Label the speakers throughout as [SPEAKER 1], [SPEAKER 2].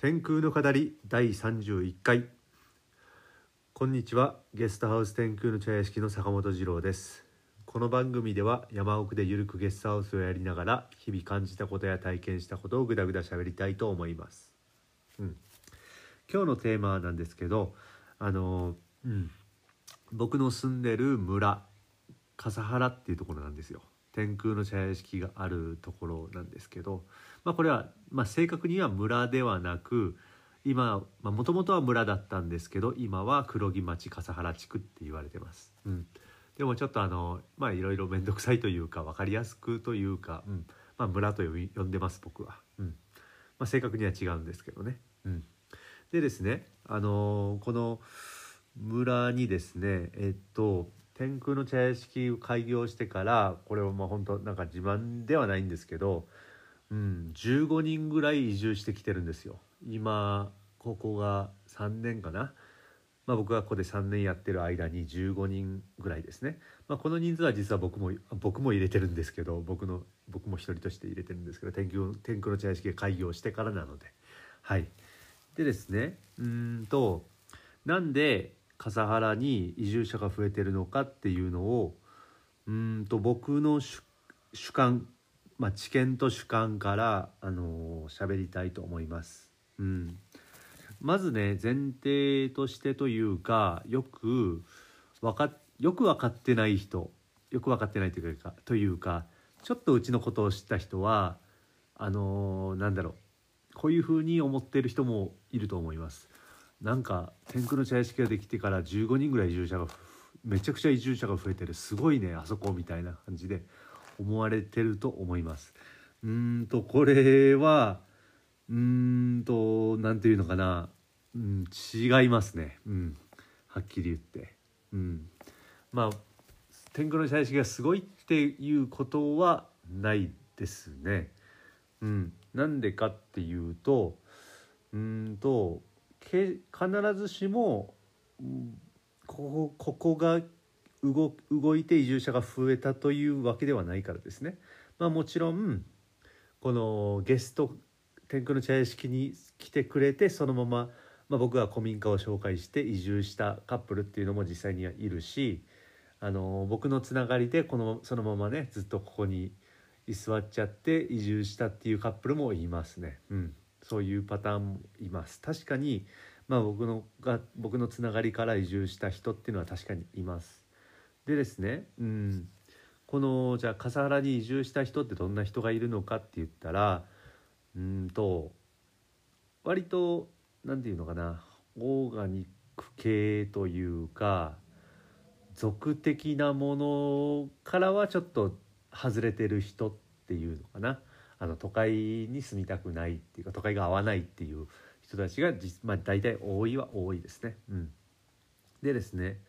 [SPEAKER 1] 天空の語り第31回。こんにちは。ゲストハウス天空の茶屋敷の坂本二郎です。この番組では山奥でゆるくゲストハウスをやりながら日々感じたことや体験したことをぐだぐだ喋りたいと思います。今日のテーマなんですけど、僕の住んでる村笠原っていうところなんですよ。天空の茶屋敷があるところなんですけど、これは、正確には村ではなく、今もともとは村だったんですけど、今は黒木町笠原地区って言われてます。でもちょっといろいろ面倒くさいというか分かりやすくというか、村と呼んでます僕は。正確には違うんですけどね。でですね、この村にですね、天空の茶屋敷を開業してから、これは本当なんか自慢ではないんですけど、15人ぐらい移住してきてるんですよ。今ここが3年かな。僕がここで3年やってる間に15人ぐらいですね。この人数は実は僕も入れてるんですけど、僕も一人として入れてるんですけど、天空の茶屋敷が開業してからなので、はい。でですね、なんで笠原に移住者が増えてるのかっていうのを僕の主観、知見と主観から喋りたいと思います。まずね、前提としてというか、よく分かってない人、よく分かってないというか、ちょっとうちのことを知った人はこういうふうに思ってる人もいると思います。なんか天空の茶屋敷ができてから15人ぐらいめちゃくちゃ移住者が増えてる、すごいねあそこみたいな感じで思われてると思います。これはなんていうのかな、違いますね。はっきり言って、天空の茶屋敷がすごいっていうことはないですね。なんでかっていうと、必ずしも、ここが動いて移住者が増えたというわけではないからですね。もちろんこの天空の茶屋敷に来てくれて、そのまま、僕が古民家を紹介して移住したカップルっていうのも実際にはいるし、僕のつながりでそのままねずっとここに居座っちゃって移住したっていうカップルもいますね。そういうパターンもいます。確かに、僕のつながりから移住した人っていうのは確かにいます。でですね、じゃあ笠原に移住した人ってどんな人がいるのかって言ったら、割となんていうのかな、オーガニック系というか俗的なものからはちょっと外れてる人っていうのかな。都会に住みたくないっていうか、都会が合わないっていう人たちが大体多いですね。でですね、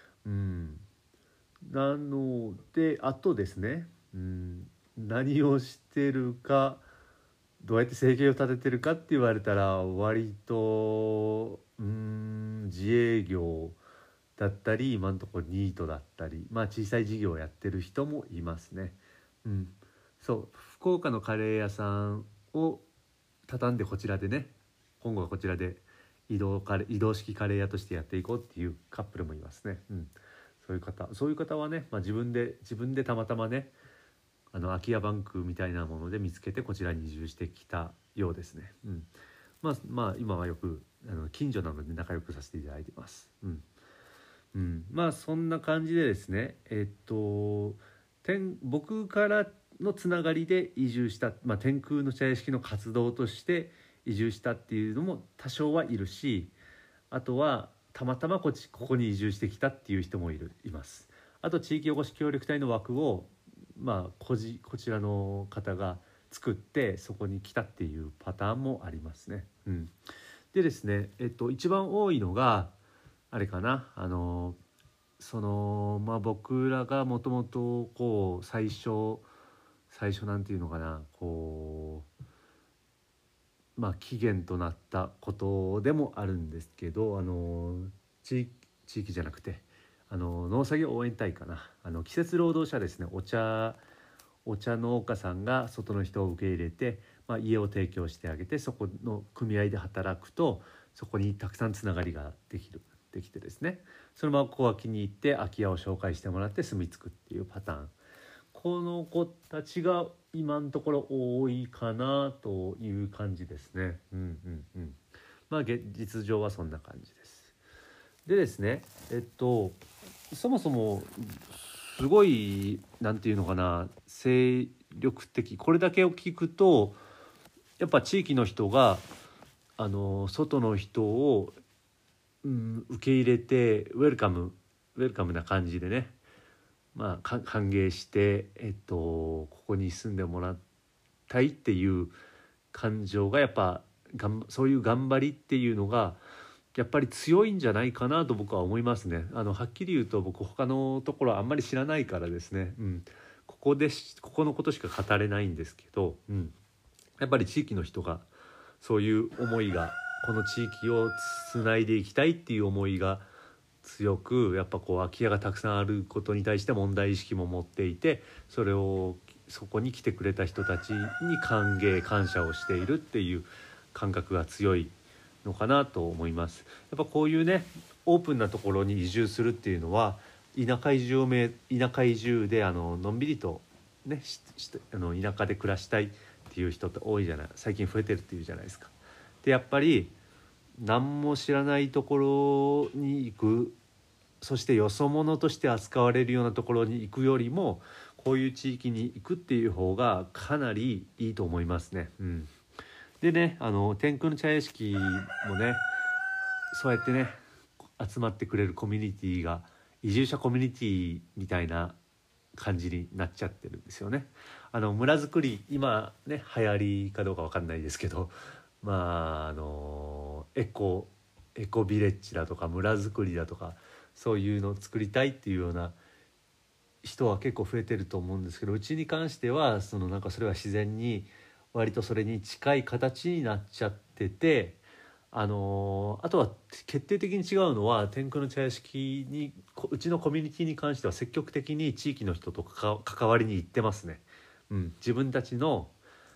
[SPEAKER 1] なのであとですね、何をしてるか、どうやって生計を立ててるかって言われたら、割と自営業だったり、今のところニートだったり、小さい事業をやってる人もいますね。そう福岡のカレー屋さんを畳んでこちらでね、今後はこちらで移動式カレー屋としてやっていこうっていうカップルもいますね。そういう方はね、自分でたまたまね、空き家バンクみたいなもので見つけてこちらに移住してきたようですね。今はよく近所なので仲良くさせていただいてます。そんな感じでですね、僕からのつながりで移住した、天空の茶屋敷の活動として移住したっていうのも多少はいるし、あとはたまたまここに移住してきたっていう人もいます。あと地域おこし協力隊の枠をこちらの方が作ってそこに来たっていうパターンもありますね。でですね、一番多いのがあれかな、僕らがもともと最初なんていうのかな、起源となったことでもあるんですけど、地域じゃなくて農作業応援隊かな、季節労働者ですね。お茶農家さんが外の人を受け入れて、 家を提供してあげて、そこの組合で働くとそこにたくさんつながりができてですね、そのままここが気に入って空き家を紹介してもらって住み着くっていうパターン、この子たちが今のところ多いかなという感じですね。実情はそんな感じです。でですね、そもそもすごいなんていうのかな、精力的、これだけを聞くとやっぱ地域の人が外の人を、受け入れてウェルカムな感じでね、歓迎して、ここに住んでもらたいっていう感情がやっぱそういう頑張りっていうのがやっぱり強いんじゃないかなと僕は思いますね。はっきり言うと僕他のところあんまり知らないからですね、ここのことしか語れないんですけど、やっぱり地域の人がそういう思いが、この地域をつないでいきたいっていう思いが強く、やっぱ空き家がたくさんあることに対して問題意識も持っていて、そこに来てくれた人たちに感謝をしているっていう感覚が強いのかなと思います。やっぱこういうねオープンなところに移住するっていうのは田舎移住でのんびりとね田舎で暮らしたいっていう人って多いじゃない、最近増えてるっていうじゃないですか。でやっぱり何も知らないところに行く、そしてよそ者として扱われるようなところに行くよりもこういう地域に行くっていう方がかなりいいと思いますね。でね、天空の茶屋敷もねそうやってね集まってくれるコミュニティが移住者コミュニティみたいな感じになっちゃってるんですよね。村づくり今ね流行りかどうか分かんないですけど、エコビレッジだとか村づくりだとかそういうのを作りたいっていうような人は結構増えてると思うんですけど、うちに関してはなんかそれは自然に割とそれに近い形になっちゃってて、あとは決定的に違うのは天空の茶屋敷にうちのコミュニティに関しては積極的に地域の人と関わりに行ってますね。自分たちの、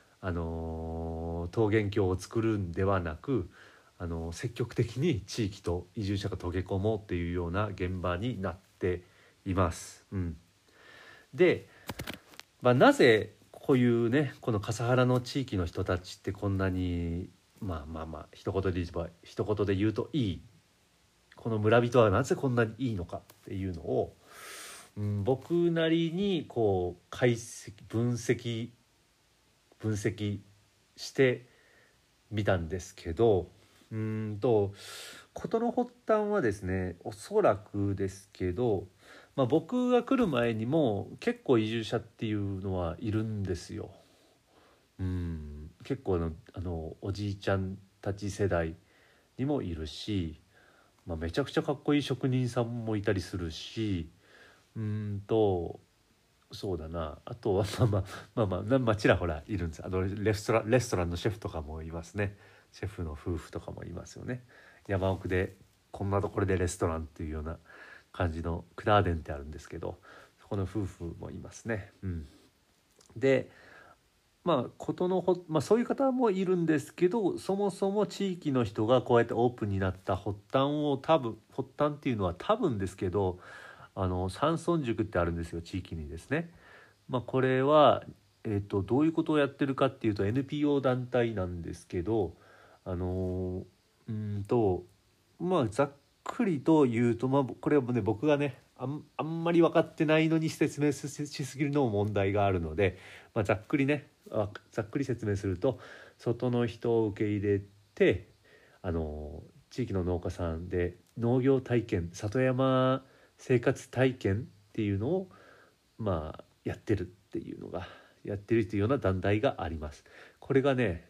[SPEAKER 1] 桃源郷を作るんではなく積極的に地域と移住者が溶け込もうっていうような現場になっています。で、なぜこういうねこの笠原の地域の人たちってこんなに一言で言うといい、この村人はなぜこんなにいいのかっていうのを、僕なりに解析分析してみたんですけど、事の発端はですね、おそらくですけど、僕が来る前にも結構移住者っていうのはいるんですよ。結構おじいちゃんたち世代にもいるし、めちゃくちゃかっこいい職人さんもいたりするし、そうだな、あとはちらほらいるんです。レストランのシェフとかもいますね。シェフの夫婦とかもいますよね。山奥でこんなところでレストランっていうような感じのクラーデンってあるんですけど、そこの夫婦もいますね。でそういう方もいるんですけど、そもそも地域の人がこうやってオープンになった発端っていうのは多分ですけど、山村塾ってあるんですよ、地域にですね。これは、どういうことをやってるかっていうと NPO 団体なんですけど、ざっくりと言うと、これはね僕がねあんまり分かってないのに説明しすぎるのも問題があるので、ざっくり説明すると、外の人を受け入れて地域の農家さんで農業体験、里山生活体験っていうのをやってるっていうような団体があります。これがね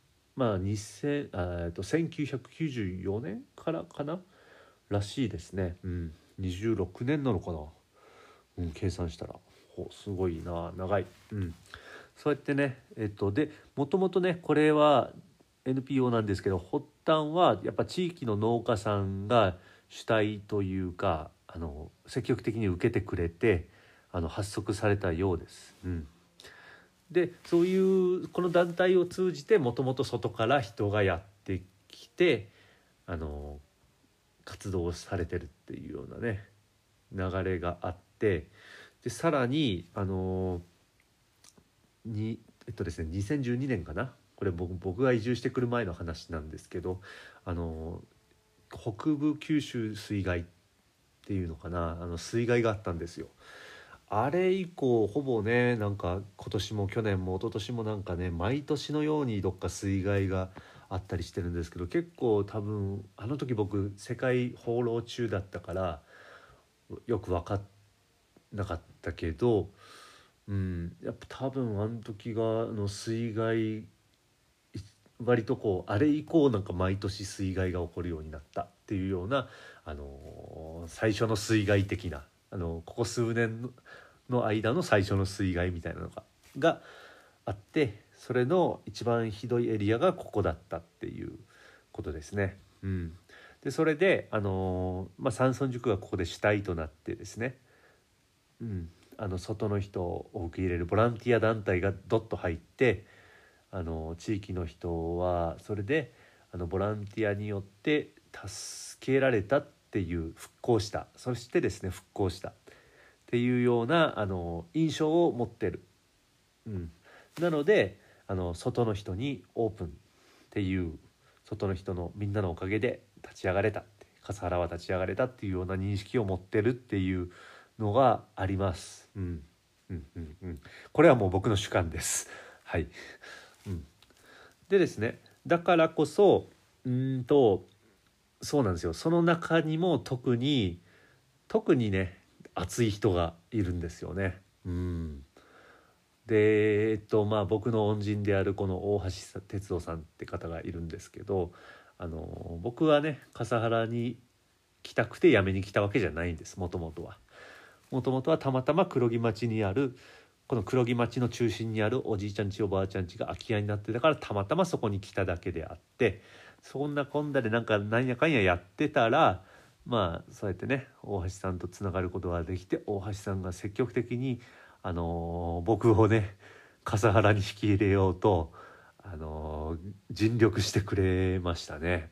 [SPEAKER 1] 1994年からかならしいですね。26年なのかな、計算したらすごいな、長い。そうやってねでもともとねこれは NPO なんですけど、発端はやっぱ地域の農家さんが主体というか積極的に受けてくれて発足されたようです。 でそういうこの団体を通じてもともと外から人がやってきて活動をされてるっていうようなね流れがあって、でさらにですね2012年かな、これ僕が移住してくる前の話なんですけど、北部九州水害っていうのかな、水害があったんですよ。あれ以降ほぼねなんか今年も去年も一昨年もなんかね毎年のようにどっか水害があったりしてるんですけど、結構多分あの時僕世界放浪中だったからよく分かんなかったけど、やっぱ多分あの時が水害割とこうあれ以降なんか毎年水害が起こるようになったっていうような、最初の水害的なここ数年の間の最初の水害みたいなのがあって、それの一番ひどいエリアがここだったっていうことですね。でそれで、山村塾がここで主体となってですね、外の人を受け入れるボランティア団体がどっと入って、地域の人はそれでボランティアによって助けられたっていう復興した、そしてですね復興したっていうような印象を持ってる、なので外の人にオープンっていう、外の人のみんなのおかげで立ち上がれたって、笠原は立ち上がれたっていうような認識を持ってるっていうのがあります。これはもう僕の主観です。はい。でですね、だからこそそうなんですよ。その中にも特にね熱い人がいるんですよね。で僕の恩人であるこの大橋哲夫さんって方がいるんですけど、僕はね笠原に来たくて辞めに来たわけじゃないんです。もともとはたまたま黒木町にある、この黒木町の中心にあるおじいちゃん家おばあちゃん家が空き家になってたからたまたまそこに来ただけであって、そんなこんなでなんやかんややってたら、そうやってね大橋さんとつながることができて、大橋さんが積極的に僕をね笠原に引き入れようと尽力してくれましたね。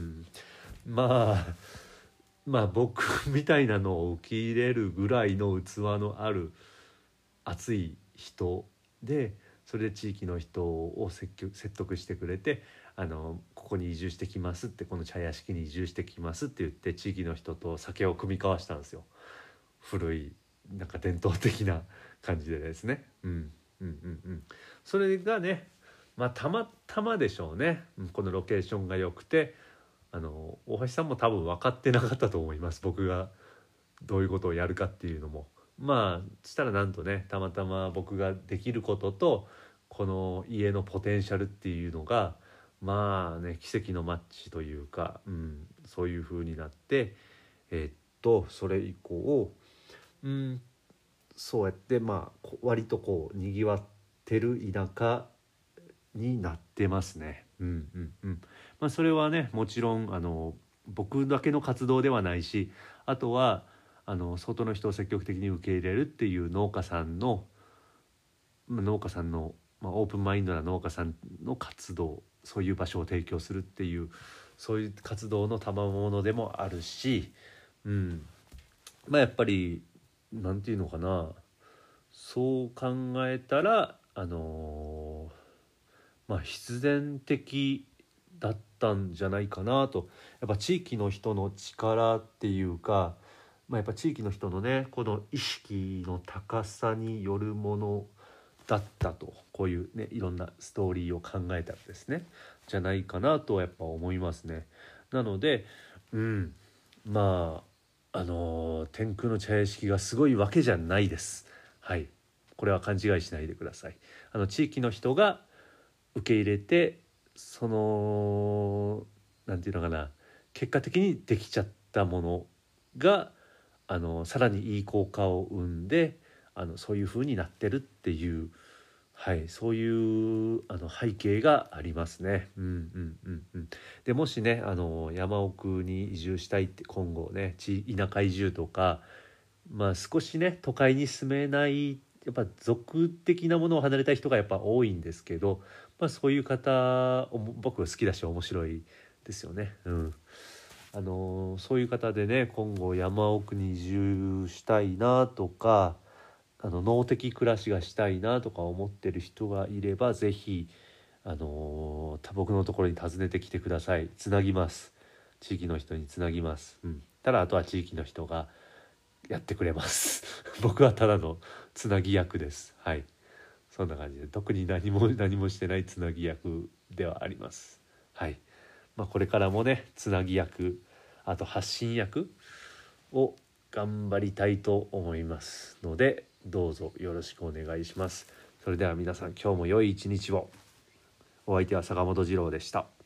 [SPEAKER 1] 僕みたいなのを受け入れるぐらいの器のある熱い人で、それで地域の人を説得してくれてここに移住してきますって、この茶屋敷に移住してきますって言って地域の人と酒を酌み交わしたんですよ。古いなんか伝統的な感じでですね。それがねたまたまでしょうね。このロケーションが良くて大橋さんも多分分かってなかったと思います。僕がどういうことをやるかっていうのも。したらなんとねたまたま僕ができることとこの家のポテンシャルっていうのが奇跡のマッチというか、そういう風になってそれ以降そうやって割とこうにぎわってる田舎になってますね。それはねもちろん僕だけの活動ではないし、あとは外の人を積極的に受け入れるっていう農家さんのオープンマインドな農家さんの活動、そういう場所を提供するっていうそういう活動の賜物でもあるし、やっぱりなんていうのかな、そう考えたら必然的だったんじゃないかなと。やっぱ地域の人の力っていうか、やっぱ地域の人のねこの意識の高さによるものだったと、こういうねいろんなストーリーを考えたらですねじゃないかなとやっぱ思いますね。なので天空の茶屋敷がすごいわけじゃないです。はい、これは勘違いしないでください。地域の人が受け入れてなんていうのかな、結果的にできちゃったものがさらにいい効果を生んでそういう風になってるっていう、そういう背景がありますね。でもしね山奥に移住したいって今後ね田舎移住とか、少しね都会に住めないやっぱ俗的なものを離れた人がやっぱ多いんですけど、そういう方僕は好きだし面白いですよね。そういう方でね、今後山奥に移住したいなとか、農的暮らしがしたいなとか思ってる人がいれば、ぜひ僕のところに訪ねてきてください。つなぎます。地域の人につなぎます。ただあとは地域の人がやってくれます僕はただのつなぎ役です。はい、そんな感じで特に何もしてないつなぎ役ではあります。はい、これからもね、つなぎ役、あと発信役を頑張りたいと思いますので、どうぞよろしくお願いします。それでは皆さん、今日も良い一日を。お相手は坂本二郎でした。